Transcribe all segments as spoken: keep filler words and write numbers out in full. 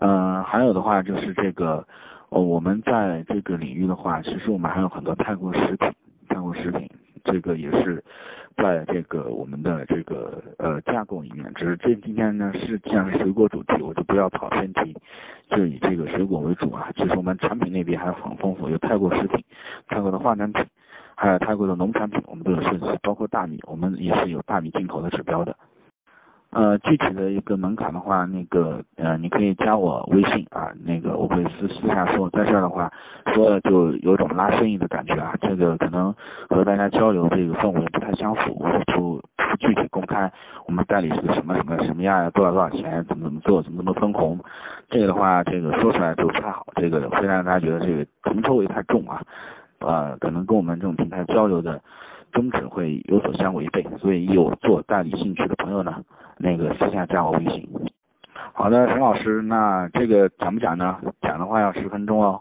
呃，还有的话就是这个，呃，我们在这个领域的话，其实我们还有很多泰国食品，泰国食品这个也是在这个我们的这个呃架构里面。只是这今天呢是既然是水果主题，我就不要跑偏题，就以这个水果为主啊。其实我们产品那边还有很丰富，有泰国食品、泰国的化妆品，还有泰国的农产品，我们都有涉及，包括大米，我们也是有大米进口的指标的。呃，具体的一个门槛的话，那个呃，你可以加我微信啊，那个我会私私下说，在这儿的话说了就有种拉生意的感觉啊，这个可能和大家交流这个氛围不太相符，我不不具体公开我们代理是个什么什么什么样，多少多少钱，怎么怎么做，怎么怎么分红，这个的话这个说出来就不太好，这个会让大家觉得这个铜臭味太重啊，呃，可能跟我们这种平台交流的宗旨会有所相违背，所以有做代理兴趣的朋友呢，那个私下加我微信。好的，陈老师，那这个讲不讲呢？讲的话要十分钟哦。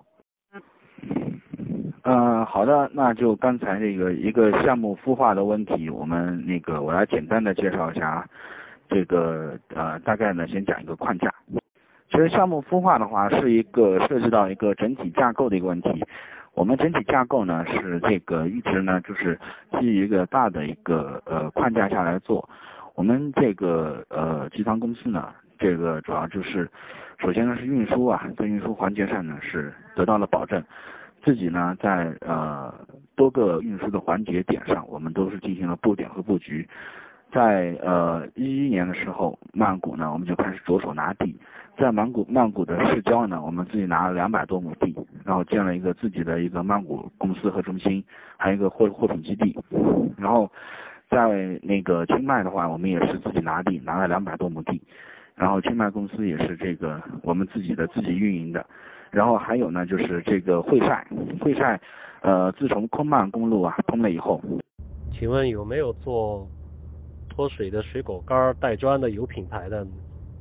呃，好的，那就刚才这个一个项目孵化的问题，我们那个我来简单的介绍一下啊。这个呃，大概呢先讲一个框架。其实项目孵化的话是一个涉及到一个整体架构的一个问题。我们整体架构呢是这个一直呢就是基于一个大的一个呃框架下来做。我们这个呃集团公司呢，这个主要就是首先呢是运输啊，在运输环节上呢是得到了保证，自己呢在呃多个运输的环节点上，我们都是进行了布点和布局。在呃一一年的时候，曼谷呢我们就开始着手拿地，在曼谷曼谷的市郊呢，我们自己拿了两百多亩地，然后建了一个自己的一个曼谷公司和中心，还有一个货货品基地。然后在那个清迈的话，我们也是自己拿地，拿了两百多亩地，然后清迈公司也是这个我们自己的自己运营的。然后还有呢就是这个会晒，会晒呃自从昆曼公路啊通了以后， 请问有没有做脱水的水果干带砖的有品牌的？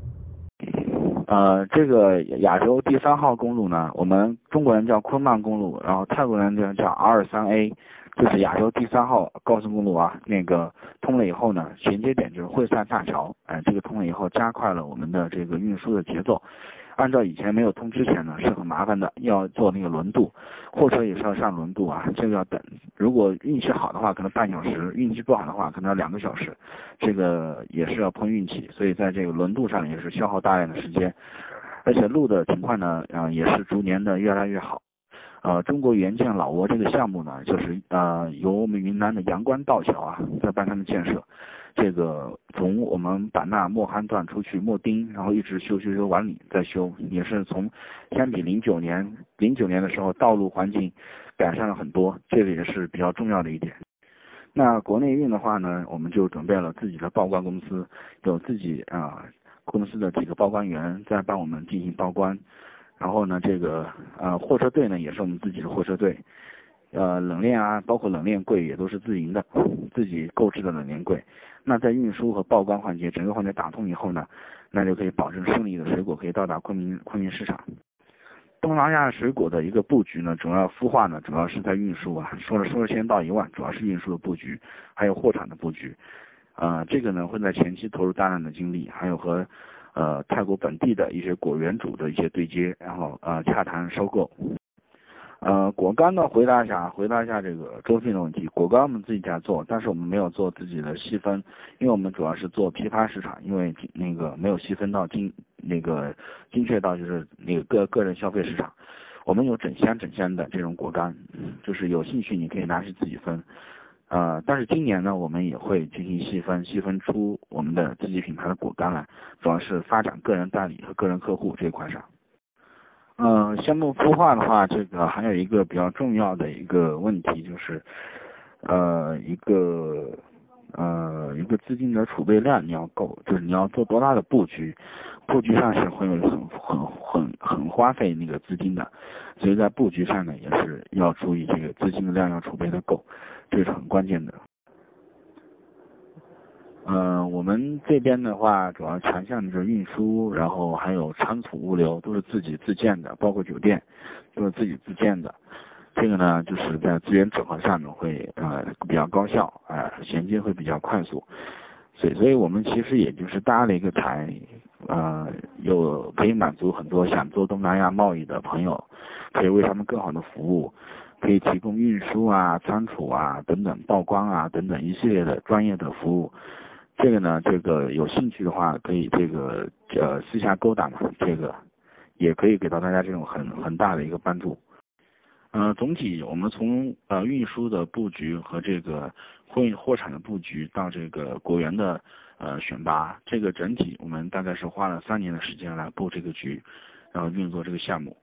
呃，这个亚洲第三号公路呢，我们中国人叫昆曼公路，然后泰国人叫叫 R 三 A， 就是亚洲第三号高速公路啊。那个通了以后呢，衔接点就是会晒大桥，哎、呃，这个通了以后加快了我们的这个运输的节奏。按照以前没有通之前呢，是很麻烦的，要做那个轮渡，货车也是要上轮渡啊，这个要等。如果运气好的话，可能半小时；运气不好的话，可能要两个小时。这个也是要碰运气，所以在这个轮渡上也是消耗大量的时间。而且路的情况呢，呃，也是逐年的越来越好。呃，中国援建老挝这个项目呢，就是呃由我们云南的阳关道桥啊，在帮他们建设。这个从我们版纳莫罕段出去莫丁，然后一直修修修完里再修，也是从相比零九年零九年的时候，道路环境改善了很多，这个也是比较重要的一点。那国内运的话呢，我们就准备了自己的报关公司，有自己啊、呃、公司的几个报关员在帮我们进行报关。然后呢，这个呃货车队呢也是我们自己的货车队，呃冷链啊，包括冷链柜也都是自营的，自己购置的冷链柜。那在运输和报关环节，整个环节打通以后呢，那就可以保证顺利的水果可以到达昆明昆明市场。东南亚水果的一个布局呢，主要孵化呢，主要是在运输啊，说了说了千道一万，主要是运输的布局，还有货场的布局。呃，这个呢会在前期投入大量的精力，还有和呃泰国本地的一些果园主的一些对接，然后呃洽谈收购。呃，果干呢，回答一下，回答一下这个周迅的问题。果干我们自己家做，但是我们没有做自己的细分，因为我们主要是做批发市场，因为那个没有细分到精那个精确到就是那个个个人消费市场。我们有整箱整箱的这种果干，就是有兴趣你可以拿去自己分。呃，但是今年呢，我们也会进行细分，细分出我们的自己品牌的果干来，主要是发展个人代理和个人客户这一块上。呃，项目孵化的话，这个还有一个比较重要的一个问题就是，呃，一个呃一个资金的储备量你要够，就是你要做多大的布局，布局上是会很很很很花费那个资金的，所以在布局上呢也是要注意这个资金的量要储备的够，这是很关键的。呃，我们这边的话，主要强项就是运输，然后还有仓储物流都是自己自建的，包括酒店都是自己自建的。这个呢，就是在资源整合上呢会呃比较高效，呃衔接会比较快速。所以，所以我们其实也就是搭了一个台， 呃，有可以满足很多想做东南亚贸易的朋友，可以为他们更好的服务，可以提供运输啊、仓储啊等等、曝光啊等等一系列的专业的服务。这个呢，这个有兴趣的话，可以这个呃私下勾搭嘛，这个也可以给到大家这种很很大的一个帮助。呃，总体我们从呃运输的布局和这个货运货产的布局到这个果园的呃选拔，这个整体我们大概是花了三年的时间来布这个局，然后运作这个项目。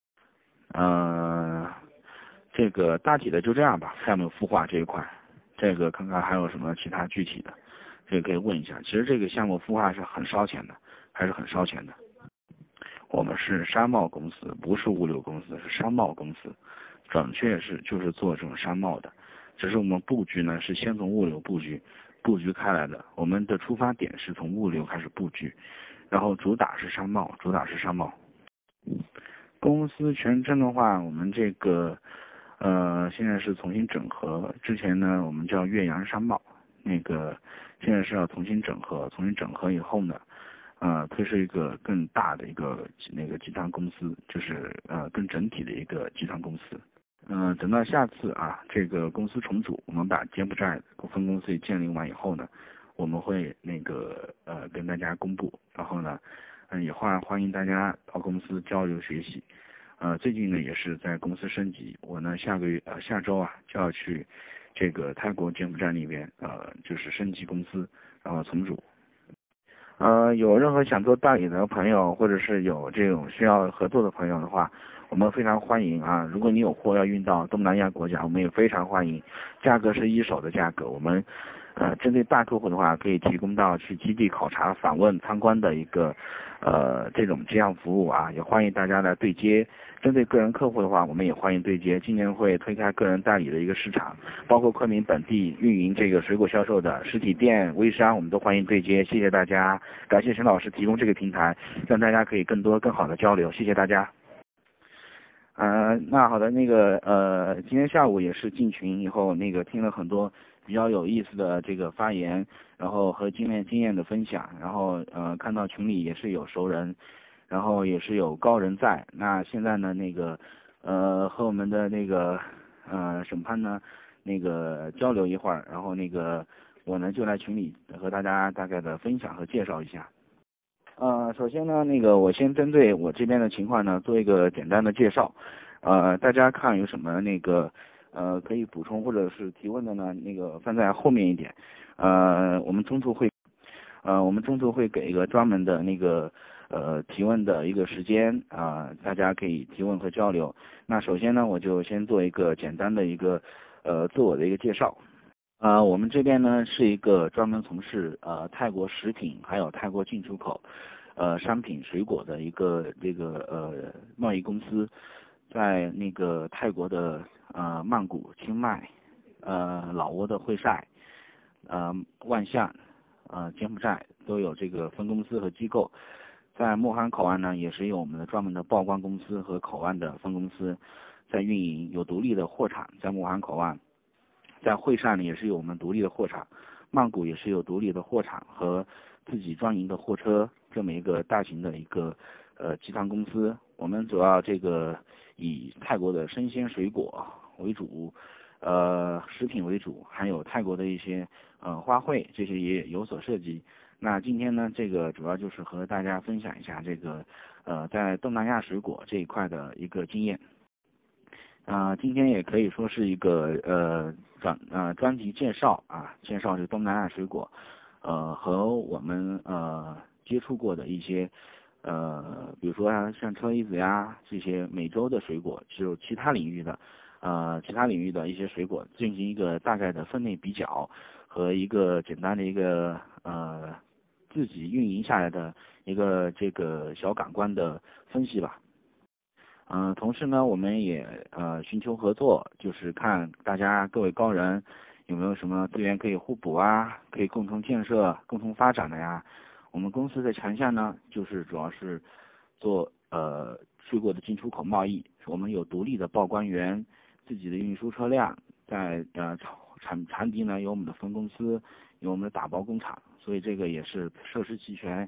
呃，这个大体的就这样吧。下面孵化这一块，这个看看还有什么其他具体的，这个可以问一下。其实这个项目孵化是很烧钱的，还是很烧钱的。我们是商贸公司，不是物流公司，是商贸公司。准确是就是做这种商贸的，只是我们布局呢是先从物流布局布局开来的，我们的出发点是从物流开始布局，然后主打是商贸，主打是商贸。公司全称的话，我们这个呃现在是重新整合，之前呢我们叫岳阳商贸，那个现在是要重新整合，重新整合以后呢。呃，推出一个更大的一个那个集团公司，就是呃更整体的一个集团公司。嗯、呃，等到下次啊，这个公司重组，我们把柬埔寨分公司建立完以后呢，我们会那个呃跟大家公布，然后呢，嗯、呃、也欢欢迎大家到公司交流学习。呃，最近呢也是在公司升级，我呢下个月呃下周啊就要去这个泰国柬埔寨那边呃就是升级公司，然后重组。呃，有任何想做代理的朋友，或者是有这种需要合作的朋友的话，我们非常欢迎啊。如果你有货要运到东南亚国家，我们也非常欢迎，价格是一手的价格。我们呃针对大客户的话，可以提供到去基地考察、访问、参观的一个呃这种这样服务啊，也欢迎大家来对接。针对个人客户的话，我们也欢迎对接。今年会推开个人代理的一个市场，包括昆明本地运营这个水果销售的实体店、微商，我们都欢迎对接。谢谢大家，感谢陈老师提供这个平台，让大家可以更多更好的交流。谢谢大家。呃，那好的，那个呃，今天下午也是进群以后，那个听了很多比较有意思的这个发言，然后和经验经验的分享，然后呃，看到群里也是有熟人。然后也是有高人在，那现在呢，那个呃和我们的那个呃审判呢那个交流一会儿，然后那个我呢就来群里和大家大概的分享和介绍一下。呃，首先呢，那个我先针对我这边的情况呢做一个简单的介绍，呃，大家看有什么那个呃可以补充或者是提问的呢，那个放在后面一点，呃，我们中途会呃我们中途会给一个专门的那个。呃，提问的一个时间啊、呃，大家可以提问和交流。那首先呢，我就先做一个简单的一个呃自我的一个介绍。啊、呃，我们这边呢是一个专门从事呃泰国食品还有泰国进出口呃商品水果的一个这个呃贸易公司，在那个泰国的呃曼谷、清迈、呃老挝的会晒、呃万象、呃柬埔寨都有这个分公司和机构。在墨罕口岸呢，也是有我们的专门的报关公司和口岸的分公司在运营，有独立的货场在墨罕口岸，在会上呢也是有我们独立的货场，曼谷也是有独立的货场和自己专营的货车这么一个大型的一个呃集团公司。我们主要这个以泰国的生鲜水果为主，呃食品为主，还有泰国的一些呃花卉这些也有所涉及。那今天呢，这个主要就是和大家分享一下这个呃在东南亚水果这一块的一个经验。啊、呃，今天也可以说是一个呃专呃专辑介绍啊，介绍这东南亚水果，呃和我们呃接触过的一些呃比如说啊像车厘子呀这些美洲的水果，只有其他领域的呃其他领域的一些水果进行一个大概的分类比较和一个简单的一个呃。自己运营下来的一个这个小感官的分析吧。嗯、呃，同时呢，我们也呃寻求合作，就是看大家各位高人有没有什么资源可以互补啊，可以共同建设、共同发展的呀。我们公司的强项呢，就是主要是做呃水果的进出口贸易，我们有独立的报关员，自己的运输车辆，在呃产产地呢有我们的分公司，有我们的打包工厂。所以这个也是设施齐全，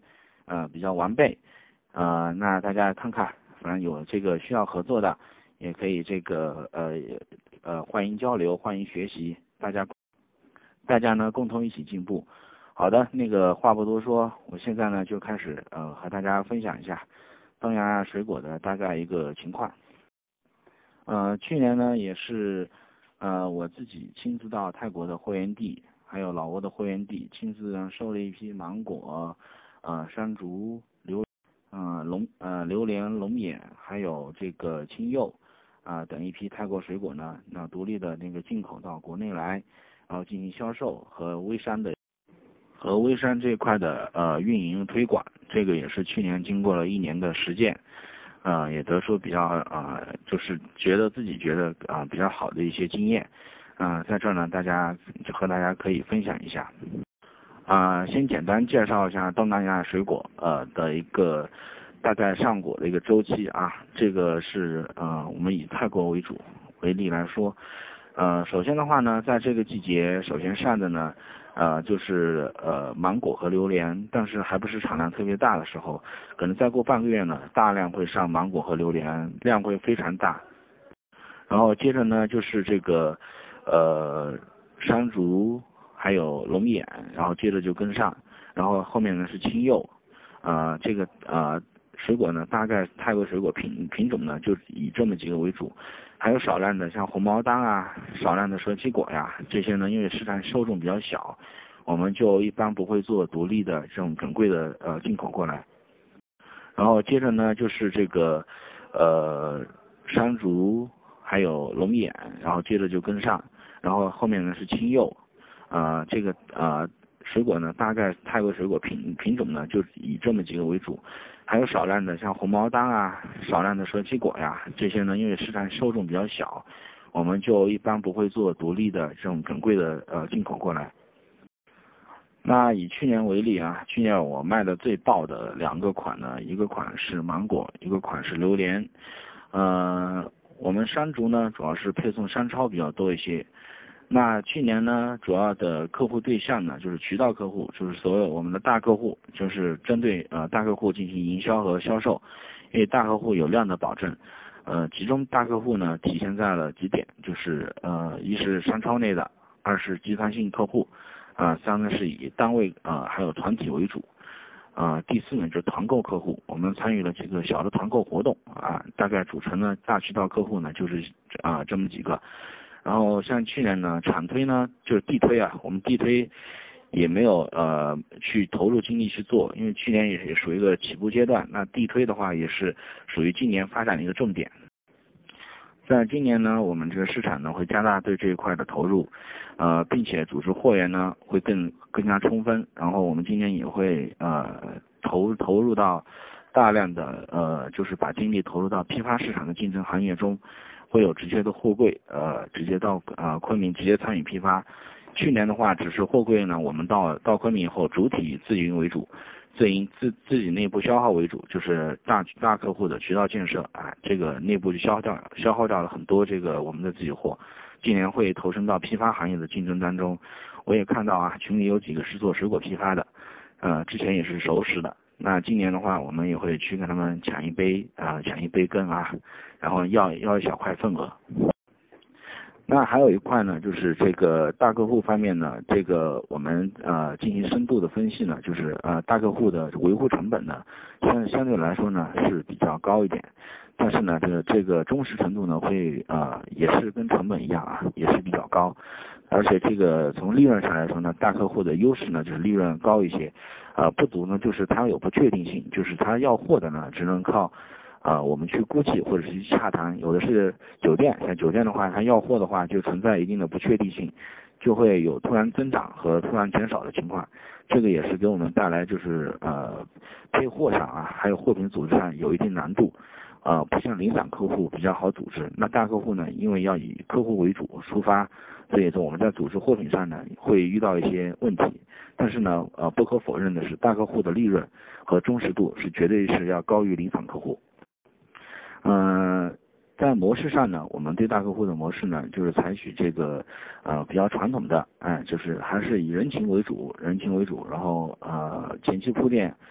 呃比较完备，呃那大家看看，反正有这个需要合作的，也可以这个呃呃欢迎交流，欢迎学习，大家大家呢共同一起进步。好的，那个话不多说，我现在呢就开始呃和大家分享一下东南亚水果的大概一个情况。呃去年呢也是呃我自己亲自到泰国的货源地，还有老挝的货源地，亲自呢收了一批芒果、呃山竹、榴呃龙呃榴莲、龙眼，还有这个青柚啊、呃、等一批泰国水果呢，那独立的那个进口到国内来，然后进行销售和微山的和微山这块的呃运营推广，这个也是去年经过了一年的实践。呃，也得出比较啊、呃，就是觉得自己觉得啊、呃、比较好的一些经验，啊、呃，在这儿呢，大家就和大家可以分享一下。啊、呃，先简单介绍一下东南亚水果呃的一个大概上果的一个周期啊，这个是呃我们以泰国为主为例来说，呃，首先的话呢，在这个季节，首先上的呢。呃，就是呃芒果和榴莲，但是还不是产量特别大的时候，可能再过半个月呢，大量会上芒果和榴莲，量会非常大。然后接着呢，就是这个呃山竹，还有龙眼，然后接着就跟上，然后后面呢是青柚，呃这个呃水果呢，大概泰国水果品品种呢就以这么几个为主。还有少量的像红毛丹啊，少量的蛇皮果呀，这些呢，因为市场受众比较小，我们就一般不会做独立的这种整柜的呃进口过来。然后接着呢，就是这个呃山竹，还有龙眼，然后接着就跟上，然后后面呢是青柚，呃这个呃水果呢，大概泰国水果品品种呢就以这么几个为主。还有少量的像红毛丹啊，少量的蛇皮果呀，这些呢，因为市场受众比较小，我们就一般不会做独立的这种整柜的呃进口过来。那以去年为例啊，去年我卖的最爆的两个款呢，一个款是芒果，一个款是榴莲。呃，我们山竹呢，主要是配送山超比较多一些。那去年呢，主要的客户对象呢，就是渠道客户，就是所有我们的大客户，就是针对呃大客户进行营销和销售，因为大客户有量的保证，呃，其中大客户呢体现在了几点，就是呃一是商超内的，二是集团性客户，啊、呃，三呢是以单位啊、呃、还有团体为主，啊、呃，第四呢就是团购客户，我们参与了几个小的团购活动啊、呃，大概组成了大渠道客户呢就是啊、呃、这么几个。然后像去年呢，产推呢就是地推啊，我们地推也没有呃去投入精力去做，因为去年也也属于一个起步阶段。那地推的话也是属于今年发展的一个重点。在今年呢，我们这个市场呢会加大对这一块的投入，呃，并且组织货源呢会更更加充分。然后我们今年也会呃投投入到大量的呃就是把精力投入到批发市场的竞争行业中。会有直接的货柜，呃，直接到呃昆明直接参与批发。去年的话，只是货柜呢，我们到到昆明以后，主体自营为主，自营自自己内部消耗为主，就是大大客户的渠道建设啊，这个内部就消耗掉消耗掉了很多这个我们的自己货。今年会投身到批发行业的竞争当中。我也看到啊，群里有几个是做水果批发的，呃，之前也是熟识的。那今年的话，我们也会去跟他们抢一杯啊、呃，抢一杯羹啊，然后要要一小块份额。那还有一块呢，就是这个大客户方面呢，这个我们呃进行深度的分析呢，就是呃大客户的维护成本呢，相相对来说呢是比较高一点，但是呢这个这个忠实程度呢会呃也是跟成本一样啊，也是比较高。而且这个从利润上来说呢，大客户的优势呢就是利润高一些，呃不足呢就是它有不确定性，就是他要货的呢只能靠啊、呃我们去估计或者是去洽谈，有的是酒店，像酒店的话，它要货的话就存在一定的不确定性，就会有突然增长和突然减少的情况，这个也是给我们带来就是呃配货上啊，还有货品组织上有一定难度。呃，不像零散客户比较好组织，那大客户呢，因为要以客户为主出发，所以说我们在组织货品上呢会遇到一些问题。但是呢，呃，不可否认的是，大客户的利润和忠实度是绝对是要高于零散客户。嗯、呃，在模式上呢，我们对大客户的模式呢，就是采取这个呃比较传统的，哎、呃，就是还是以人情为主，人情为主，然后呃前期铺垫。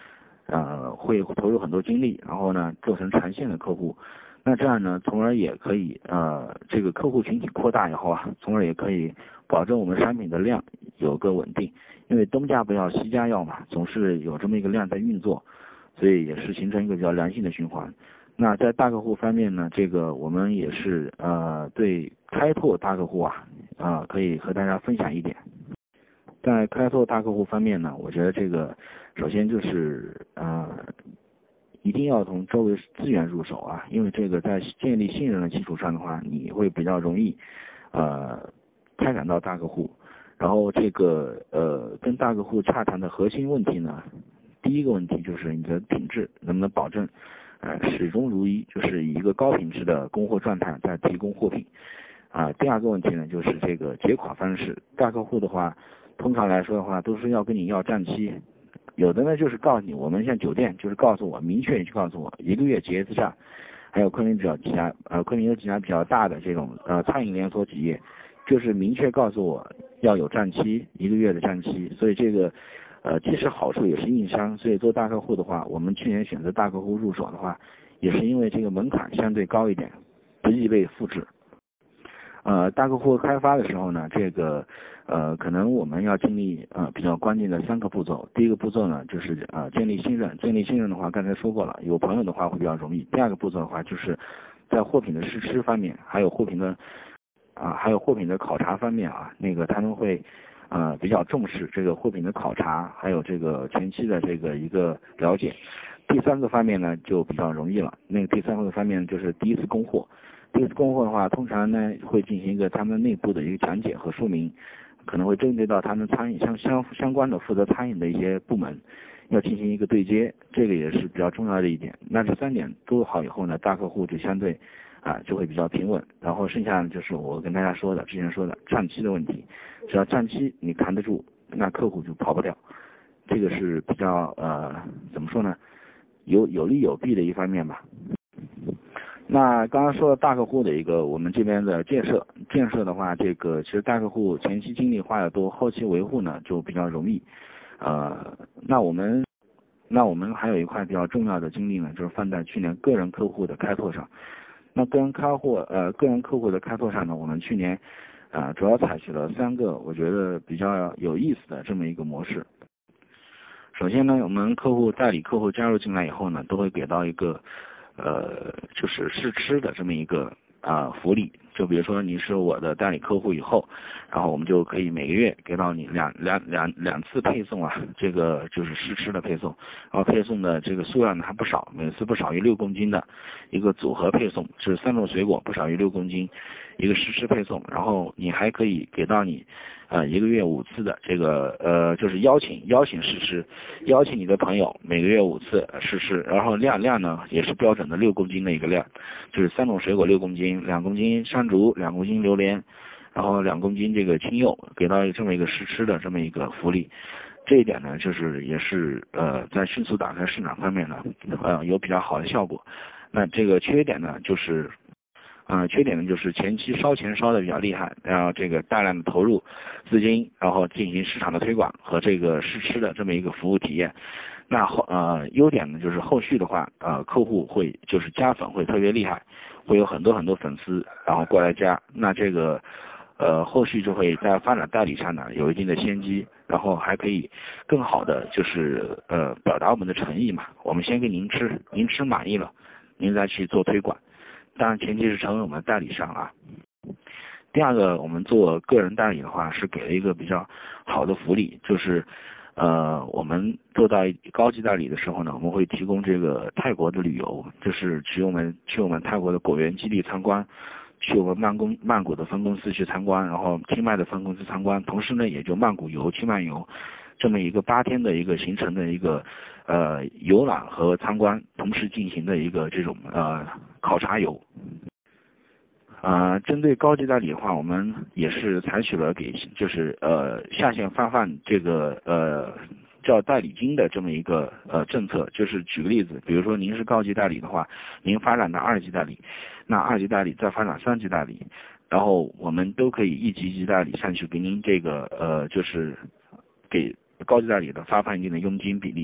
呃会投入很多精力，然后呢做成长线的客户。那这样呢，从而也可以呃这个客户群体扩大以后啊，从而也可以保证我们产品的量有个稳定，因为东家不要西家要嘛，总是有这么一个量在运作，所以也是形成一个比较良性的循环。那在大客户方面呢，这个我们也是呃对开拓大客户啊啊、呃、可以和大家分享一点。在开拓大客户方面呢，我觉得这个首先就是呃一定要从周围资源入手啊，因为这个在建立信任的基础上的话，你会比较容易呃开展到大客户。然后这个呃跟大客户洽谈的核心问题呢，第一个问题就是你的品质能不能保证呃始终如一，就是以一个高品质的供货状态在提供货品啊、呃。第二个问题呢，就是这个结款方式，大客户的话通常来说的话都是要跟你要账期。有的呢就是告诉你，我们像酒店就是告诉我明确去告诉我一个月结一次账，还有昆明比较几家呃昆明有几家比较大的这种呃餐饮连锁企业，就是明确告诉我要有账期，一个月的账期，所以这个呃既是好处也是硬伤，所以做大客户的话，我们去年选择大客户入手的话，也是因为这个门槛相对高一点，不易被复制。呃，大客户开发的时候呢，这个呃，可能我们要经历呃比较关键的三个步骤。第一个步骤呢，就是呃建立信任。建立信任的话，刚才说过了，有朋友的话会比较容易。第二个步骤的话，就是在货品的试吃方面，还有货品的啊、呃，还有货品的考察方面啊，那个他们会呃比较重视这个货品的考察，还有这个前期的这个一个了解。第三个方面呢，就比较容易了。那个第三个方面就是第一次供货。第一次供货的话，通常呢会进行一个他们内部的一个讲解和说明，可能会针对到他们餐饮相相相关的负责餐饮的一些部门，要进行一个对接，这个也是比较重要的一点。那这三点做好以后呢，大客户就相对啊就会比较平稳。然后剩下的就是我跟大家说的之前说的账期的问题，只要账期你扛得住，那客户就跑不掉。这个是比较呃怎么说呢，有有利有弊的一方面吧。那刚刚说了大客户的一个我们这边的建设，建设的话，这个其实大客户前期精力花的多，后期维护呢就比较容易。呃，那我们那我们还有一块比较重要的精力呢，就是放在去年个人客户的开拓上。那个人开户呃个人客户的开拓上呢，我们去年啊、呃、主要采取了三个我觉得比较有意思的这么一个模式。首先呢，我们客户代理客户加入进来以后呢，都会给到一个呃，就是试吃的这么一个啊、呃、福利，就比如说你是我的代理客户以后，然后我们就可以每个月给到你两两两两次配送啊，这个就是试吃的配送，然后配送的这个数量呢还不少，每次不少于六公斤的一个组合配送，就是三种水果不少于六公斤一个试吃配送，然后你还可以给到你呃一个月五次的这个呃就是邀请邀请试吃，邀请你的朋友每个月五次试吃，然后量量呢也是标准的六公斤的一个量，就是三种水果六公斤，两公斤山竹，两公斤榴莲，然后两公斤这个青柚，给到这么一个试吃的这么一个福利。这一点呢，就是也是呃在迅速打开市场方面呢，呃有比较好的效果。那这个缺点呢，就是啊、呃，缺点呢就是前期烧钱烧的比较厉害，然后这个大量的投入资金，然后进行市场的推广和这个试吃的这么一个服务体验。那后呃优点呢就是后续的话，呃客户会就是加粉会特别厉害，会有很多很多粉丝然后过来加，那这个呃后续就会在发展代理上呢有一定的先机，然后还可以更好的就是呃表达我们的诚意嘛，我们先给您吃，您吃满意了，您再去做推广。当然前提是成为我们的代理商啊。第二个，我们做个人代理的话，是给了一个比较好的福利，就是呃，我们做到高级代理的时候呢，我们会提供这个泰国的旅游，就是去我们去我们泰国的果园基地参观，去我们曼公曼谷的分公司去参观，然后清迈的分公司参观，同时呢，也就曼谷游、清迈游这么一个八天的一个行程的一个呃游览和参观，同时进行的一个这种呃考察游。呃，针对高级代理的话，我们也是采取了给就是呃下线发放这个呃叫代理金的这么一个呃政策。就是举个例子，比如说您是高级代理的话，您发展到二级代理，那二级代理再发展三级代理，然后我们都可以一级一级代理上去给您这个呃就是给高级代理的发放一定的佣金比例，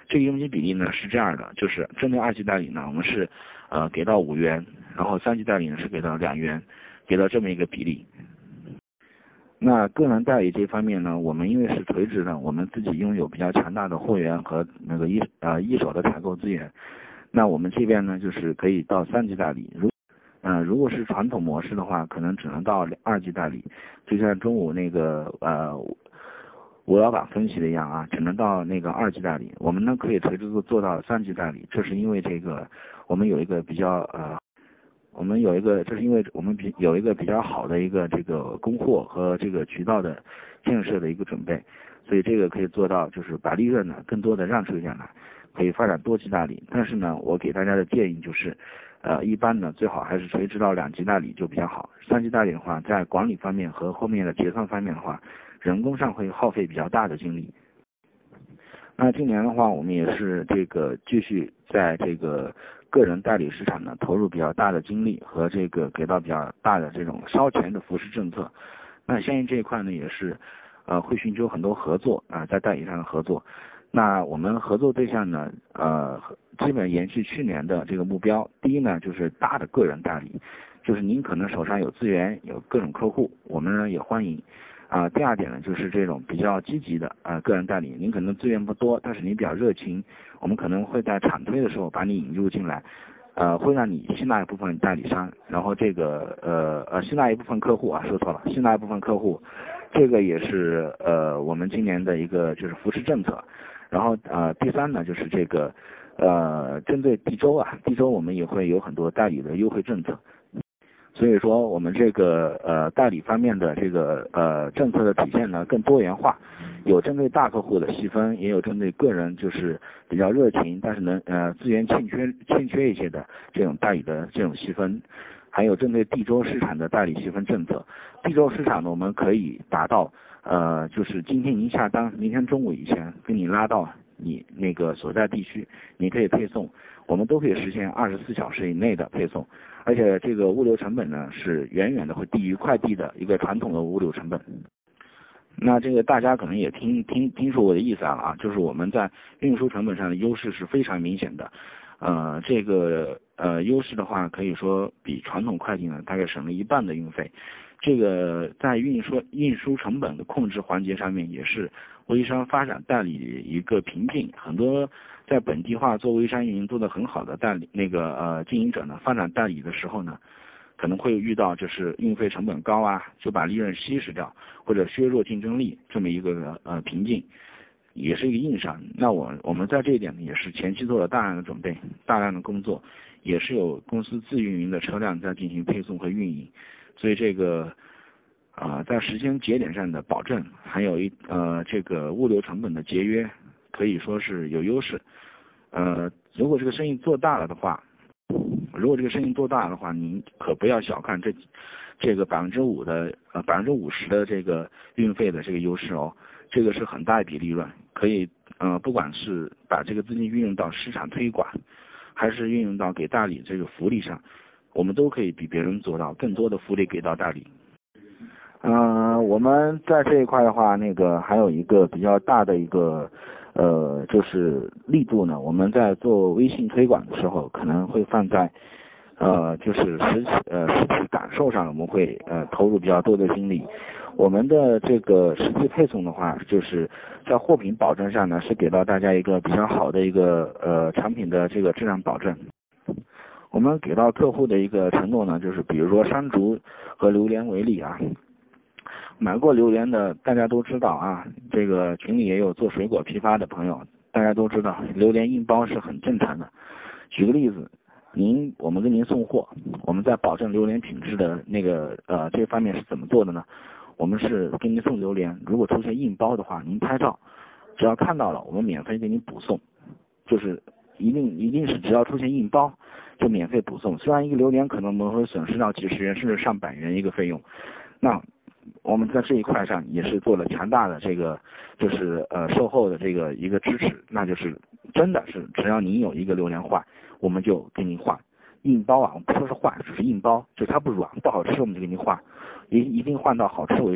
这个佣金比例呢是这样的，就是针对二级代理呢，我们是呃给到五元，然后三级代理呢是给到两元，给到这么一个比例。那个人代理这方面呢，我们因为是垂直的，我们自己拥有比较强大的货源和那个一呃一手的采购资源。那我们这边呢，就是可以到三级代理。如呃如果是传统模式的话，可能只能到二级代理。就像中午那个呃吴老板分析的一样啊，只能到那个二级代理。我们呢可以垂直做做到三级代理，这是因为这个我们有一个比较呃。我们有一个，这是因为我们比有一个比较好的一个这个供货和这个渠道的建设的一个准备，所以这个可以做到，就是把利润呢更多的让出下来，可以发展多级代理。但是呢，我给大家的建议就是，呃，一般呢最好还是垂直到两级代理就比较好。三级代理的话，在管理方面和后面的结算方面的话，人工上会耗费比较大的精力。那今年的话，我们也是这个继续在这个个人代理市场呢投入比较大的精力和这个给到比较大的这种烧钱的扶持政策。那相应这一块呢也是呃会寻求很多合作啊、呃，在代理上的合作。那我们合作对象呢呃基本延续去年的这个目标。第一呢就是大的个人代理，就是您可能手上有资源有各种客户，我们呢也欢迎。啊、呃，第二点呢，就是这种比较积极的啊、呃、个人代理，您可能资源不多，但是你比较热情，我们可能会在产推的时候把你引入进来，呃，会让你吸纳一部分代理商，然后这个呃呃吸纳一部分客户啊，说错了，吸纳一部分客户，这个也是呃我们今年的一个就是扶持政策。然后呃第三呢就是这个呃针对地州啊，地州我们也会有很多代理的优惠政策。所以说我们这个呃代理方面的这个呃政策的体现呢更多元化，有针对大客户的细分，也有针对个人就是比较热情但是能呃资源欠缺欠缺一些的这种代理的这种细分，还有针对地州市场的代理细分政策。地州市场呢我们可以达到呃就是今天您下单，明天中午以前给你拉到你那个所在地区，你可以配送，我们都可以实现二十四小时以内的配送。而且这个物流成本呢是远远的会低于快递的一个传统的物流成本。那这个大家可能也听听听说我的意思啊，就是我们在运输成本上的优势是非常明显的。呃，这个呃优势的话，可以说比传统快递呢大概省了一半的运费。这个在运输运输成本的控制环节上面，也是微商发展代理一个瓶颈。很多在本地化做微商运营做得很好的代理那个呃经营者呢，发展代理的时候呢，可能会遇到就是运费成本高啊，就把利润稀释掉，或者削弱竞争力这么一个呃瓶颈，也是一个硬伤。那我我们在这一点呢，也是前期做了大量的准备，大量的工作，也是有公司自运营的车辆在进行配送和运营。所以这个啊、呃，在时间节点上的保证，还有一呃这个物流成本的节约，可以说是有优势。呃，如果这个生意做大了的话，如果这个生意做大了的话，您可不要小看这这个百分之五的呃百分之五十的这个运费的这个优势哦，这个是很大一笔利润，可以呃不管是把这个资金运用到市场推广，还是运用到给代理这个福利上。我们都可以比别人做到更多的福利给到代理。嗯、呃，我们在这一块的话，那个还有一个比较大的一个呃，就是力度呢，我们在做微信推广的时候，可能会放在呃，就是实体呃实体感受上，我们会呃投入比较多的精力。我们的这个实际配送的话，就是在货品保证上呢，是给到大家一个比较好的一个呃产品的这个质量保证。我们给到客户的一个承诺呢，就是比如说山竹和榴莲为例啊，买过榴莲的大家都知道啊，这个群里也有做水果批发的朋友，大家都知道榴莲硬包是很正常的。举个例子，您我们给您送货，我们在保证榴莲品质的那个呃这方面是怎么做的呢？我们是给您送榴莲，如果出现硬包的话，您拍照，只要看到了，我们免费给您补送，就是一定一定是只要出现硬包就免费补送。虽然一个榴莲可能我们会损失到几十元甚至上百元一个费用，那我们在这一块上也是做了强大的这个就是呃售后的这个一个支持，那就是真的是只要您有一个榴莲坏，我们就给您换。硬包啊，我们不说是坏，只是硬包，就它不软不好吃，我们就给您换，一一定换到好吃为止。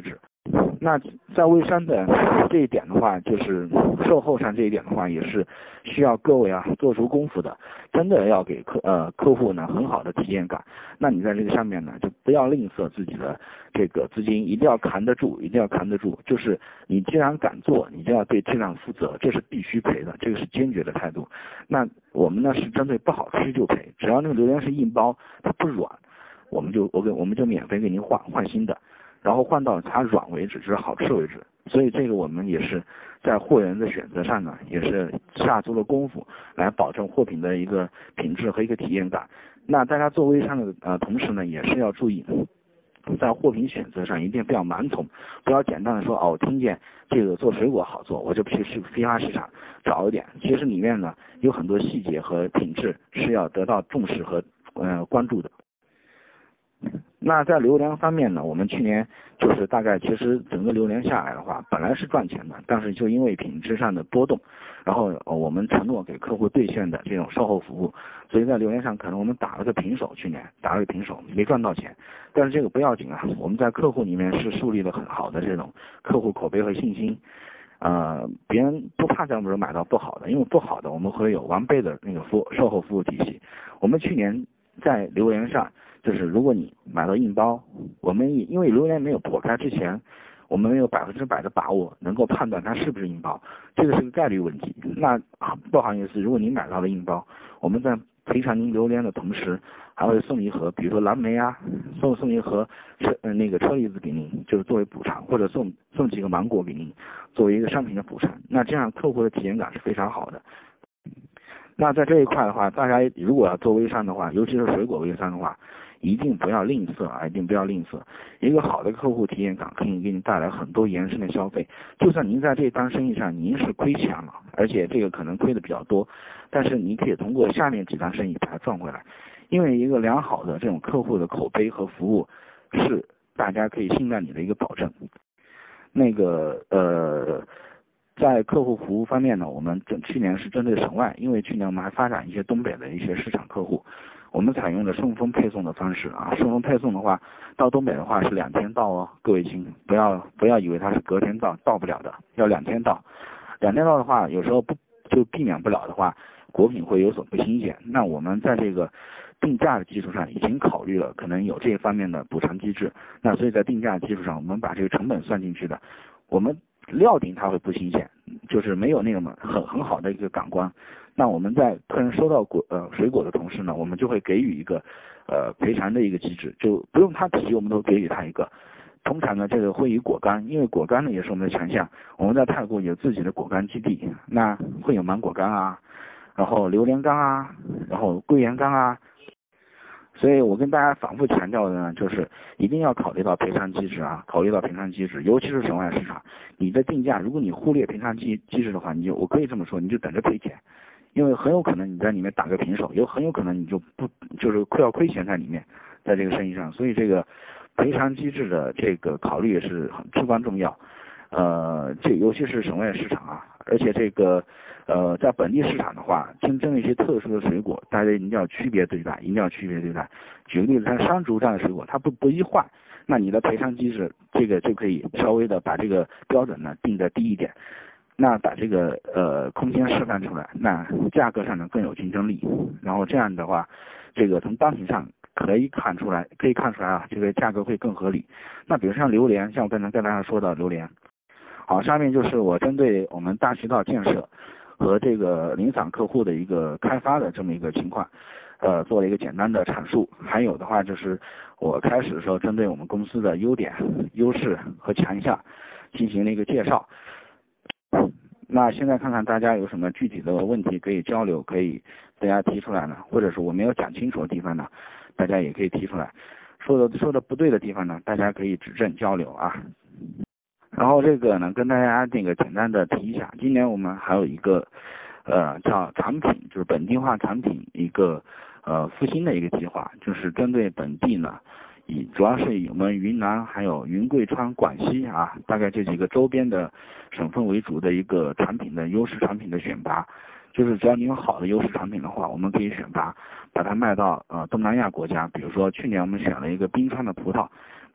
那在微商的这一点的话，就是售后上这一点的话，也是需要各位啊做出功夫的，真的要给客呃客户呢很好的体验感。那你在这个上面呢，就不要吝啬自己的这个资金，一定要扛得住，一定要扛得住。就是你既然敢做，你就要对质量负责，这是必须赔的，这个是坚决的态度。那我们呢是针对不好吃就赔，只要那个榴莲是硬包，它不软，我们就我给我们就免费给您换换新的。然后换到它软为止，就是好吃为止。所以这个我们也是在货源的选择上呢，也是下足了功夫，来保证货品的一个品质和一个体验感。那大家做微商的呃同时呢，也是要注意，在货品选择上一定不要盲从，不要简单的说哦，听见这个做水果好做，我就去去批发市场找一点。其实里面呢有很多细节和品质是要得到重视和呃关注的。那在榴莲方面呢，我们去年就是大概其实整个榴莲下来的话，本来是赚钱的，但是就因为品质上的波动，然后我们承诺给客户兑现的这种售后服务，所以在榴莲上可能我们打了个平手，去年打了个平手，没赚到钱。但是这个不要紧啊，我们在客户里面是树立了很好的这种客户口碑和信心。呃，别人不怕在我们这儿买到不好的，因为不好的我们会有完备的那个服售后服务体系。我们去年在榴莲上，就是如果你买到硬包，我们因为榴莲没有破开之前，我们没有百分之百的把握能够判断它是不是硬包，这个是个概率问题。那不好意思，如果您买到了硬包，我们在赔偿您榴莲的同时，还会送一盒，比如说蓝莓啊，送送一盒车呃那个车厘子给您，就是作为补偿，或者送送几个芒果给您，作为一个商品的补偿。那这样客户的体验感是非常好的。那在这一块的话，大家如果要做微商的话，尤其是水果微商的话，一定不要吝啬啊，一定不要吝啬。一个好的客户体验感可以给你带来很多延伸的消费。就算您在这单生意上您是亏钱了，而且这个可能亏的比较多，但是你可以通过下面几单生意把它赚回来。因为一个良好的这种客户的口碑和服务是大家可以信赖你的一个保证。那个呃。在客户服务方面呢，我们整去年是针对省外，因为去年我们还发展一些东北的一些市场客户，我们采用了顺丰配送的方式啊。顺丰配送的话，到东北的话是两天到哦，各位亲，不要不要以为它是隔天到，到不了的，要两天到。两天到的话，有时候不就避免不了的话，果品会有所不新鲜。那我们在这个定价的基础上已经考虑了可能有这一方面的补偿机制，那所以在定价的基础上，我们把这个成本算进去的，我们料定它会不新鲜，就是没有那么很很好的一个感官。那我们在客人收到果呃水果的同时呢，我们就会给予一个呃赔偿的一个机制，就不用他提，我们都给予他一个。通常呢，这个会以果干，因为果干呢也是我们的强项，我们在泰国有自己的果干基地，那会有芒果干啊，然后榴莲干啊，然后桂圆干啊。所以我跟大家反复强调的呢，就是一定要考虑到赔偿机制啊，考虑到赔偿机制，尤其是省外市场，你的定价，如果你忽略赔偿机机制的话，你就我可以这么说，你就等着赔钱，因为很有可能你在里面打个平手，有很有可能你就不就是亏要亏钱在里面，在这个生意上，所以这个赔偿机制的这个考虑也是很至关重要。呃，这尤其是省外市场啊，而且这个呃，在本地市场的话，真正一些特殊的水果，大家一定要区别对待，一定要区别对待。举个例子，像山竹这样的水果，它不不易坏，那你的赔偿机制，这个就可以稍微的把这个标准呢定得低一点，那把这个呃空间示范出来，那价格上呢更有竞争力。然后这样的话，这个从单品上可以看出来，可以看出来啊，这个价格会更合理。那比如像榴莲，像我刚才跟大家说到榴莲。好，下面就是我针对我们大渠道建设和这个零散客户的一个开发的这么一个情况，呃，做了一个简单的阐述。还有的话就是我开始的时候针对我们公司的优点、优势和强项进行了一个介绍。那现在看看大家有什么具体的问题可以交流，可以大家提出来呢，或者是我没有讲清楚的地方呢，大家也可以提出来。说的说的不对的地方呢，大家可以指正交流啊。然后这个呢，跟大家那个简单的提一下，今年我们还有一个呃叫产品，就是本地化产品一个呃复兴的一个计划，就是针对本地呢，以主要是以我们云南还有云贵川广西啊，大概这几个周边的省份为主的一个产品的优势产品的选拔。就是只要你有好的优势产品的话，我们可以选拔把它卖到呃东南亚国家，比如说去年我们选了一个冰川的葡萄，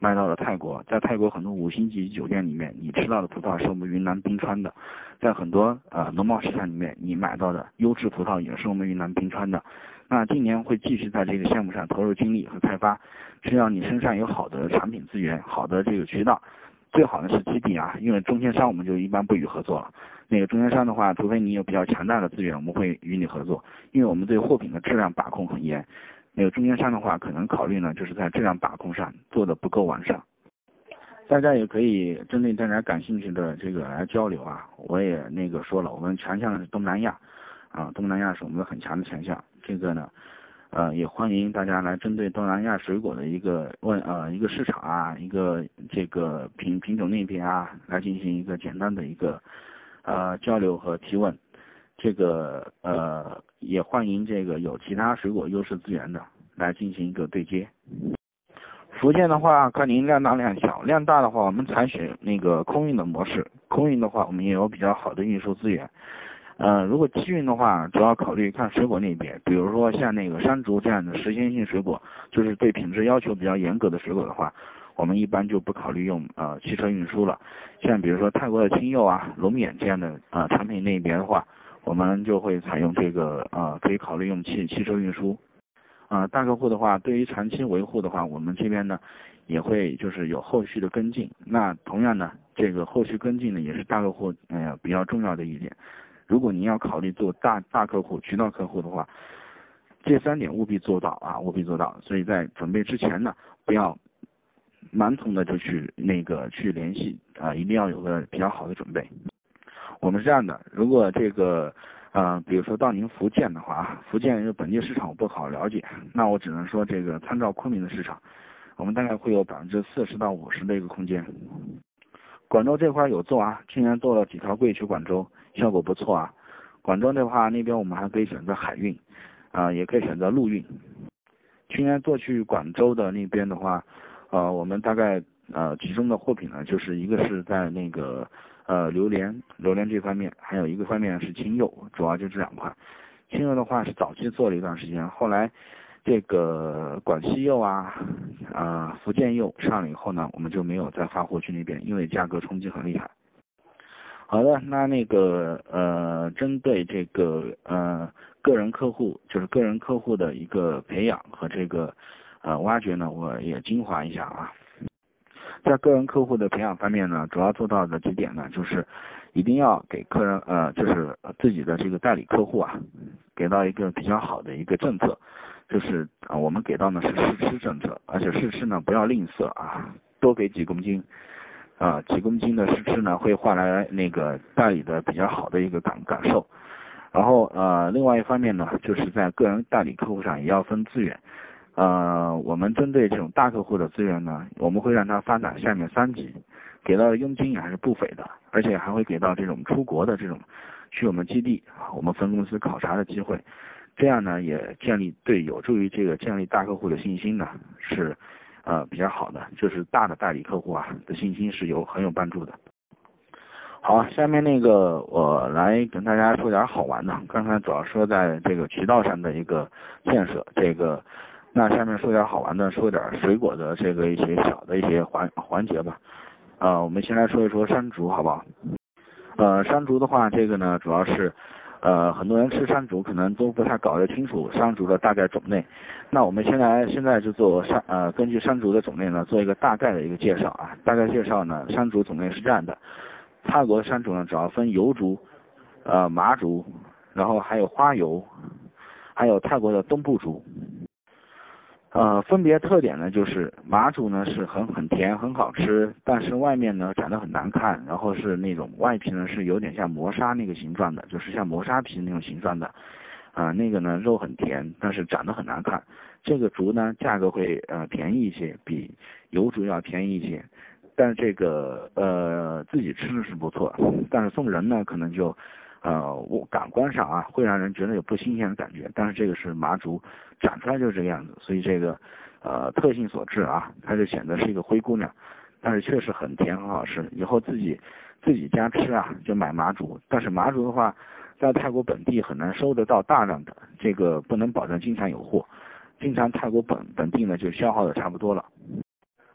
卖到了泰国，在泰国很多五星级酒店里面，你吃到的葡萄是我们云南冰川的，在很多呃农贸市场里面，你买到的优质葡萄也是我们云南冰川的。那今年会继续在这个项目上投入精力和开发，只要你身上有好的产品资源，好的这个渠道，最好的是基地啊，因为中间商我们就一般不予合作了。那个中间商的话，除非你有比较强大的资源，我们会与你合作，因为我们对货品的质量把控很严。那个中间商的话，可能考虑呢，就是在质量把控上做的不够完善。大家也可以针对大家感兴趣的这个来交流啊。我也那个说了，我们强项是东南亚，啊，东南亚是我们很强的强项。这个呢，呃，也欢迎大家来针对东南亚水果的一个问呃一个市场啊，一个这个品品种类别啊，来进行一个简单的一个呃交流和提问。这个呃也欢迎这个有其他水果优势资源的来进行一个对接。福建的话，看您量大量小，量大的话，我们采取那个空运的模式，空运的话，我们也有比较好的运输资源。呃，如果机运的话，主要考虑看水果类别，比如说像那个山竹这样的实鲜性水果，就是对品质要求比较严格的水果的话，我们一般就不考虑用呃汽车运输了。像比如说泰国的青柚啊、龙眼这样的呃产品类别的话，我们就会采用这个呃可以考虑用汽汽车运输。呃，大客户的话，对于长期维护的话，我们这边呢也会就是有后续的跟进。那同样呢，这个后续跟进呢也是大客户呃比较重要的一点。如果您要考虑做大大客户、渠道客户的话，这三点务必做到啊，务必做到。所以在准备之前呢，不要盲从的就去那个去联系啊，一定要有个比较好的准备。我们是这样的，如果这个呃，比如说到您福建的话，福建因为本地市场我不好了解，那我只能说这个参照昆明的市场，我们大概会有百分之四十到五十的一个空间。广州这块有做啊，去年做了几条柜去广州，效果不错啊。广州的话，那边我们还可以选择海运，啊、呃，也可以选择陆运。去年做去广州的那边的话，呃，我们大概呃其中的货品呢，就是一个是在那个呃榴莲，榴莲这方面，还有一个方面是青柚，主要就这两块。青柚的话是早期做了一段时间，后来这个广西柚啊，呃福建柚上了以后呢，我们就没有再发货去那边，因为价格冲击很厉害。好的，那那个呃，针对这个呃个人客户，就是个人客户的一个培养和这个呃挖掘呢，我也精华一下啊。在个人客户的培养方面呢，主要做到的几点呢，就是一定要给客人呃，就是自己的这个代理客户啊，给到一个比较好的一个政策，就是啊、呃，我们给到呢是试吃政策，而且试吃呢不要吝啬啊，多给几公斤。啊，几公斤的试吃呢，会换来那个代理的比较好的一个感感受。然后呃，另外一方面呢，就是在个人代理客户上也要分资源。呃，我们针对这种大客户的资源呢，我们会让他发展下面三级，给到的佣金也还是不菲的，而且还会给到这种出国的这种去我们基地，我们分公司考察的机会。这样呢，也建立对有助于这个建立大客户的信心呢，是。呃，比较好的，就是大的代理客户啊的信心是有很有帮助的。好，下面那个我来跟大家说点好玩的。刚才主要说在这个渠道上的一个建设，这个那下面说点好玩的，说点水果的这个一些小的一些环环节吧。呃，我们先来说一说山竹，好不好？呃，山竹的话，这个呢主要是。呃，很多人吃山竹可能都不太搞得清楚山竹的大概种类。那我们先来，现在就做山呃，根据山竹的种类呢，做一个大概的一个介绍啊。大概介绍呢，山竹种类是这样的：泰国山竹呢，主要分油竹、呃麻竹，然后还有花油，还有泰国的东部竹。呃，分别特点呢，就是麻竹呢是很很甜，很好吃，但是外面呢长得很难看，然后是那种外皮呢是有点像磨砂那个形状的，就是像磨砂皮那种形状的，啊、呃，那个呢肉很甜，但是长得很难看。这个竹呢价格会呃便宜一些，比油竹要便宜一些，但是这个呃自己吃的是不错，但是送人呢可能就。呃，我感官上啊，会让人觉得有不新鲜的感觉，但是这个是麻竹，长出来就是这个样子，所以这个呃特性所致啊，它就显得是一个灰姑娘，但是确实很甜很好吃。以后自己自己家吃啊，就买麻竹，但是麻竹的话，在泰国本地很难收得到大量的，这个不能保证经常有货，经常泰国本本地呢就消耗的差不多了。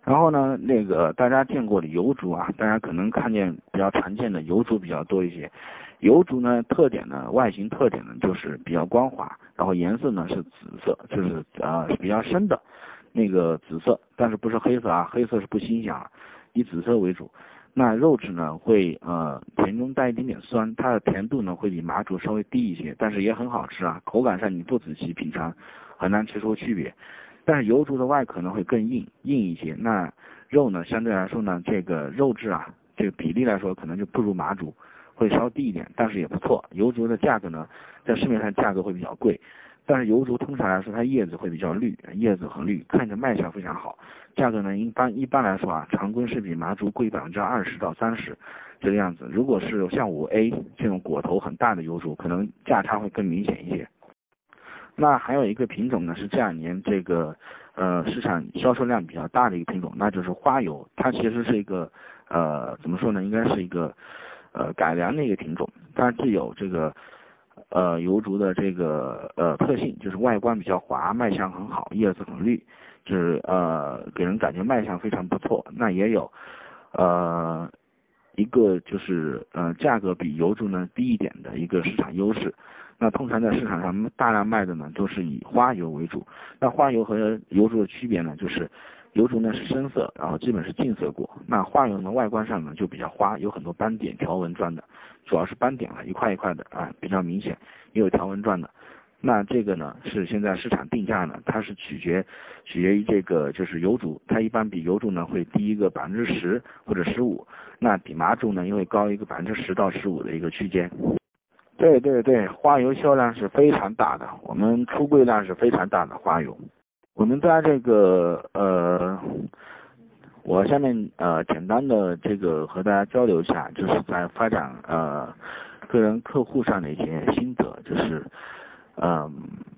然后呢，那个大家见过的油竹啊，大家可能看见比较常见的油竹比较多一些。油竹呢，特点呢，外形特点呢就是比较光滑，然后颜色呢是紫色，就是呃比较深的那个紫色，但是不是黑色啊，黑色是不新鲜啊，以紫色为主。那肉质呢会呃甜中带一点点酸，它的甜度呢会比麻竹稍微低一些，但是也很好吃啊，口感上你不仔细品尝很难吃出区别。但是油竹的外壳呢会更硬硬一些，那肉呢相对来说呢这个肉质啊这个比例来说可能就不如麻竹，会稍低一点，但是也不错。油竹的价格呢在市面上价格会比较贵，但是油竹通常来说它叶子会比较绿，叶子很绿，看着卖相非常好，价格呢一般一般来说啊常规是比麻竹贵百分之二十到三十这个样子。如果是像五 A 这种果头很大的油竹，可能价差会更明显一些。那还有一个品种呢，是这两年这个呃市场销售量比较大的一个品种，那就是花油。它其实是一个呃怎么说呢，应该是一个呃改良的一个品种。它既有这个呃油竹的这个呃特性，就是外观比较滑，卖相很好，叶子很绿，就是呃给人感觉卖相非常不错。那也有呃一个就是呃价格比油竹呢低一点的一个市场优势。那通常在市场上大量卖的呢，都是以花油为主。那花油和油竹的区别呢，就是油竹呢是深色，然后基本是近色果。那花油呢，外观上呢就比较花，有很多斑点条纹状的，主要是斑点了，一块一块的啊，比较明显，也有条纹状的。那这个呢是现在市场定价呢，它是取决取决于这个就是油竹，它一般比油竹呢会低一个百分之十或者十五，那比麻竹呢又会高一个百分之十到十五的一个区间。对对对，花油销量是非常大的，我们出柜量是非常大的花油。我们在这个呃，我下面呃简单的这个和大家交流一下，就是在发展呃个人客户上的一些心得，就是嗯、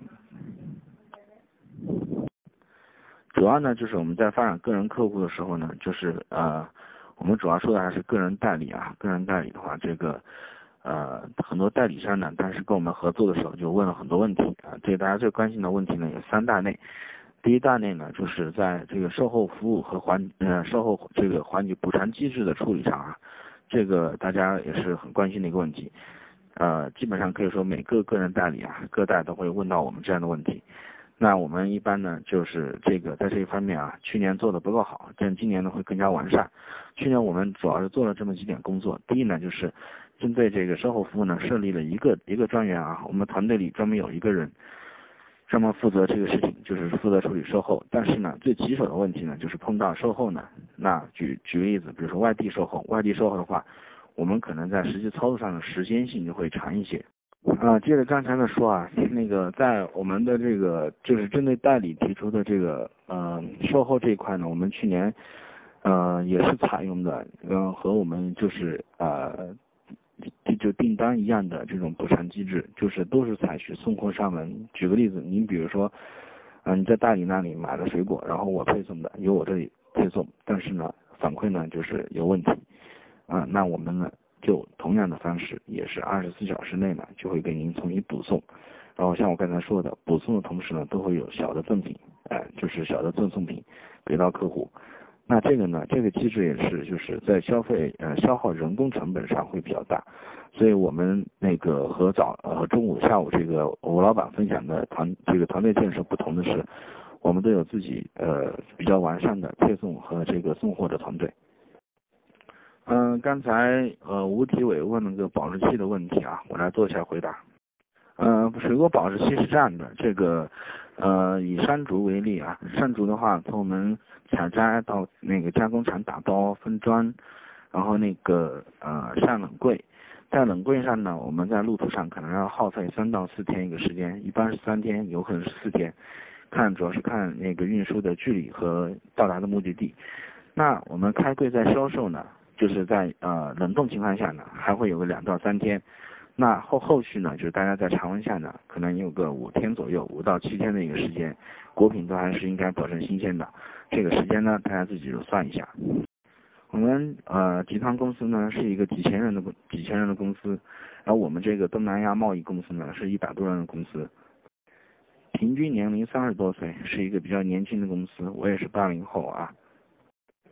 呃，主要呢就是我们在发展个人客户的时候呢，就是呃我们主要说的还是个人代理啊，个人代理的话，这个。呃，很多代理商呢，但是跟我们合作的时候就问了很多问题啊。对大家最关心的问题呢有三大类。第一大类呢，就是在这个售后服务和环呃售后这个环节补偿机制的处理上啊，这个大家也是很关心的一个问题。呃，基本上可以说每个个人代理啊，各代都会问到我们这样的问题。那我们一般呢，就是这个在这一方面啊，去年做的不够好，但今年呢会更加完善。去年我们主要是做了这么几点工作。第一呢，就是针对这个售后服务呢，设立了一个一个专员啊，我们团队里专门有一个人，专门负责这个事情，就是负责处理售后。但是呢，最棘手的问题呢，就是碰到售后呢，那举举个例子，比如说外地售后，外地售后的话，我们可能在实际操作上的时间性就会长一些。啊，接着刚才的说啊，那个在我们的这个就是针对代理提出的这个呃售后这一块呢，我们去年呃也是采用的嗯和我们就是呃就订单一样的这种补偿机制，就是都是采取送货上门。举个例子，您比如说嗯、呃、你在代理那里买了水果，然后我配送的由我这里配送，但是呢反馈呢就是有问题啊、呃，那我们呢就同样的方式，也是二十四小时内呢，就会给您重新补送。然后像我刚才说的，补送的同时呢，都会有小的赠品，哎、呃，就是小的赠送品给到客户。那这个呢，这个机制也是就是在消费呃消耗人工成本上会比较大，所以我们那个和早呃中午下午这个吴老板分享的团这个团队建设不同的是，我们都有自己呃比较完善的配送和这个送货的团队。嗯、呃，刚才呃吴体委问了个保质期的问题啊，我来做一下回答。呃，水果保质期是这样的，这个呃以山竹为例啊，山竹的话，从我们采摘到那个加工厂打包分装，然后那个呃上冷柜，在冷柜上呢，我们在路途上可能要耗费三到四天一个时间，一般是三天，有可能是四天，看主要是看那个运输的距离和到达的目的地。那我们开柜在销售呢？就是在呃冷冻情况下呢，还会有个两到三天，那后后续呢，就是大家在常温下呢，可能有个五天左右，五到七天的一个时间，果品都还是应该保证新鲜的。这个时间呢，大家自己就算一下。我们呃集团公司呢是一个几千人的几千人的公司，然后我们这个东南亚贸易公司呢是一百多人的公司，平均年龄三十多岁，是一个比较年轻的公司。我也是八零后啊。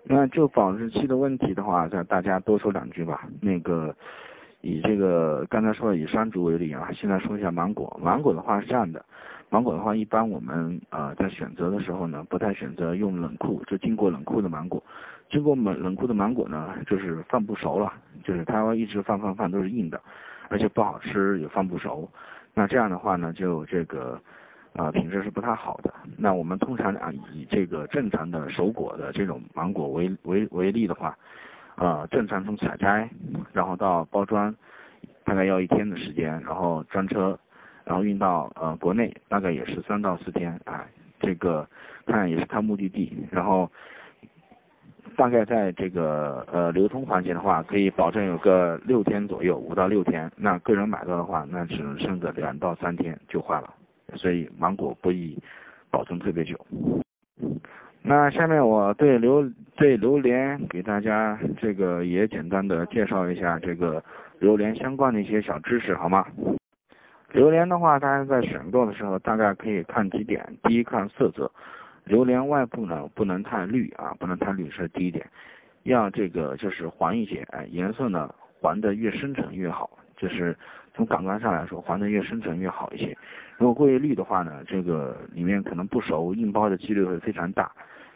那就保质期的问题的话，再大家多说两句吧。那个以这个刚才说的以山竹为例啊，现在说一下芒果。芒果的话是这样的，芒果的话一般我们呃在选择的时候呢，不太选择用冷库，就经过冷库的芒果。经过冷冷库的芒果呢，就是放不熟了，就是它一直放放放都是硬的，而且不好吃也放不熟。那这样的话呢，就这个。呃，品质是不太好的。那我们通常啊，以这个正常的熟果的这种芒果为为为例的话，呃，正常从采摘，然后到包装，大概要一天的时间，然后专车，然后运到呃国内，大概也是三到四天啊。这个看也是看目的地，然后大概在这个呃流通环节的话，可以保证有个六天左右，五到六天。那个人买到的话，那只能剩个两到三天就坏了。所以芒果不宜保存特别久。那下面我对榴对榴莲给大家这个也简单的介绍一下这个榴莲相关的一些小知识，好吗？榴莲的话，大家在选购的时候大概可以看几点。第一，看色泽，榴莲外部呢不能太绿啊，不能太绿是第一点，要这个就是黄一些，哎，颜色呢黄的越深沉越好，就是从感官上来说，黄的越深沉越好一些。如果过于绿的话呢，这个里面可能不熟，硬包的几率会非常大。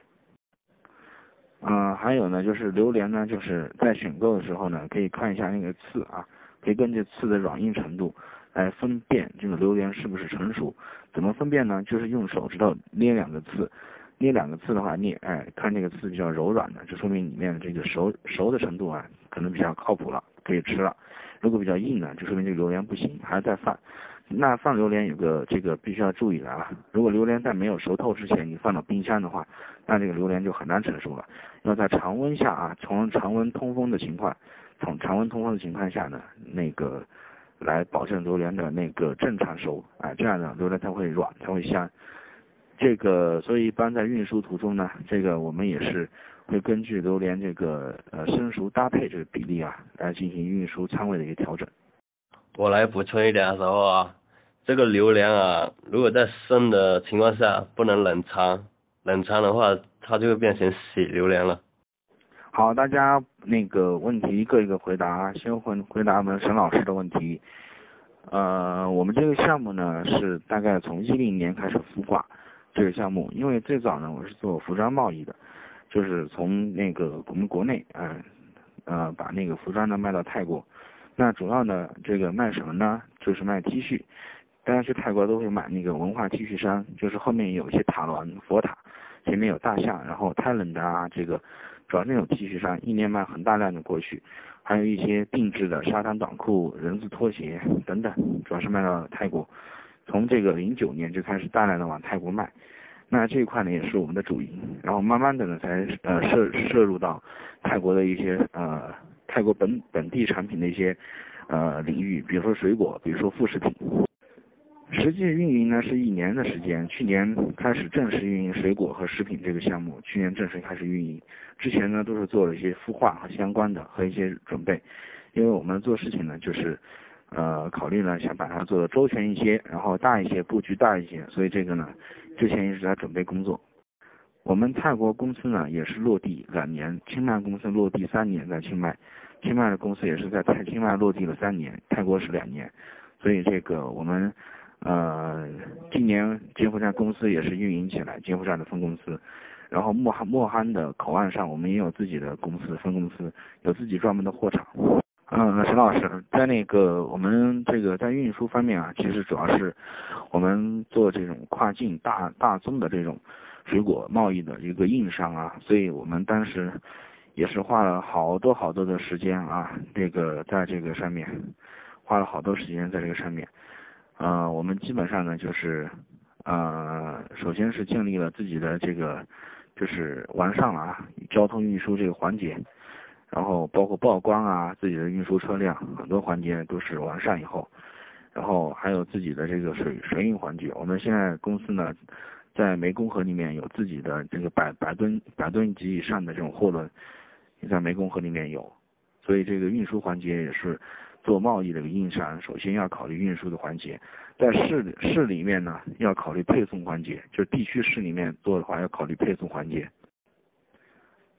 嗯、呃，还有呢，就是榴莲呢，就是在选购的时候呢，可以看一下那个刺啊，可以根据刺的软硬程度来分辨这个榴莲是不是成熟。怎么分辨呢？就是用手指头捏两个刺，捏两个刺的话，捏哎，看这个刺比较柔软的，就说明里面的这个熟熟的程度啊，可能比较靠谱了，可以吃了。如果比较硬呢，就说明这个榴莲不行，还要再放。那放榴莲有个这个必须要注意的啊，如果榴莲在没有熟透之前你放到冰箱的话，那这个榴莲就很难成熟了。要在常温下啊，从常温通风的情况，从常温通风的情况下呢，那个来保证榴莲的那个正常熟，啊，这样呢榴莲才会软，才会香。这个所以一般在运输途中呢，这个我们也是会根据榴莲这个呃生熟搭配这个比例啊，来进行运输仓位的一个调整。 我来补充一点的时候啊，这个榴莲啊，如果在生的情况下不能冷藏，冷藏的话它就会变成死榴莲了。 好，大家那个问题一个一个回答，先回回答我们沈老师的问题。呃，我们这个项目呢是大概从一零年开始孵化这个项目，因为最早呢我是做服装贸易的，就是从那个我们国内啊 呃, 呃把那个服装呢卖到泰国。那主要呢，这个卖什么呢？就是卖 T 恤，大家去泰国都会买那个文化 T 恤衫，就是后面有一些塔峦、佛塔，前面有大象，然后泰冷的啊，这个主要那种 T 恤衫，一年卖很大量的过去，还有一些定制的沙滩短裤、人字拖鞋等等，主要是卖到泰国。从这个零九年就开始大量的往泰国卖，那这一块呢也是我们的主营，然后慢慢的呢才呃摄摄入到泰国的一些呃。泰国本本地产品的一些呃领域，比如说水果，比如说副食品。实际运营呢是一年的时间，去年开始正式运营水果和食品这个项目，去年正式开始运营。之前呢都是做了一些孵化和相关的和一些准备，因为我们做事情呢就是呃考虑呢想把它做的周全一些，然后大一些，布局大一些，所以这个呢之前一直在准备工作。我们泰国公司呢也是落地两年，清迈公司落地三年在清迈，清迈的公司也是在泰清迈落地了三年，泰国是两年，所以这个我们呃今年柬埔寨公司也是运营起来，柬埔寨的分公司，然后莫罕莫罕的口岸上我们也有自己的公司分公司，有自己专门的货场。嗯，沈老师，在那个我们这个在运输方面啊，其实主要是我们做这种跨境大大宗的这种水果贸易的一个硬伤啊，所以我们当时也是花了好多好多的时间啊，这个在这个上面花了好多时间在这个上面。呃，我们基本上呢就是呃，首先是建立了自己的这个就是完善了啊交通运输这个环节。然后包括报关啊，自己的运输车辆很多环节都是完善以后，然后还有自己的这个水水运环节。我们现在公司呢，在湄公河里面有自己的这个百百吨百吨级以上的这种货轮，也在湄公河里面有，所以这个运输环节也是做贸易的一个硬伤。首先要考虑运输的环节，在市市里面呢要考虑配送环节，就是地区市里面做的话要考虑配送环节。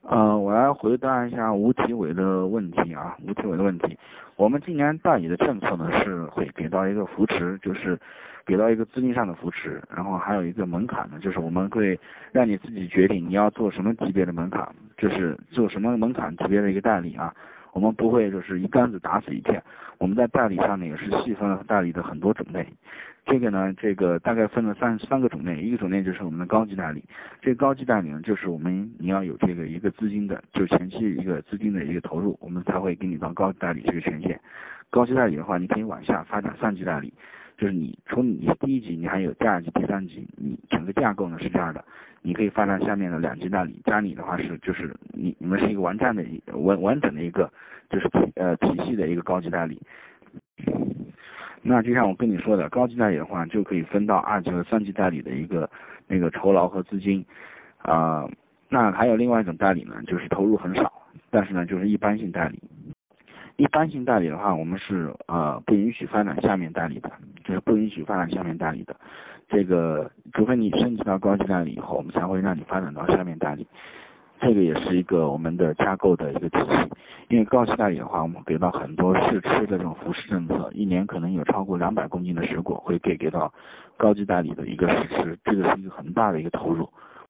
呃，我来回答一下吴体伟的问题啊，吴体伟的问题。我们今年代理的政策呢是会给到一个扶持，就是给到一个资金上的扶持，然后还有一个门槛呢，就是我们会让你自己决定你要做什么级别的门槛，就是做什么门槛级别的一个代理啊。我们不会就是一竿子打死一片，我们在代理上呢也是细分了代理的很多种类。这个呢，这个大概分了三三个种类，一个种类就是我们的高级代理，这个高级代理呢就是我们你要有这个一个资金的，就前期一个资金的一个投入，我们才会给你到高级代理这个权限。高级代理的话，你可以往下发展三级代理，就是你从你第一级你还有第二级、第三级，你整个架构呢是这样的，你可以发展下面的两级代理，加你的话是就是你你们是一个完善的完完整的一个就是体呃体系的一个高级代理。那就像我跟你说的，高级代理的话就可以分到二级和三级代理的一个那个酬劳和资金啊、呃。那还有另外一种代理呢，就是投入很少，但是呢就是一般性代理。一般性代理的话，我们是呃不允许发展下面代理的，就是不允许发展下面代理的。这个除非你升级到高级代理以后，我们才会让你发展到下面代理。这个也是一个我们的架构的一个体系。因为高级代理的话，我们给到很多试吃的这种扶持政策，一年可能有超过两百公斤的水果会给给到高级代理的一个试吃，这个是一个很大的一个投入。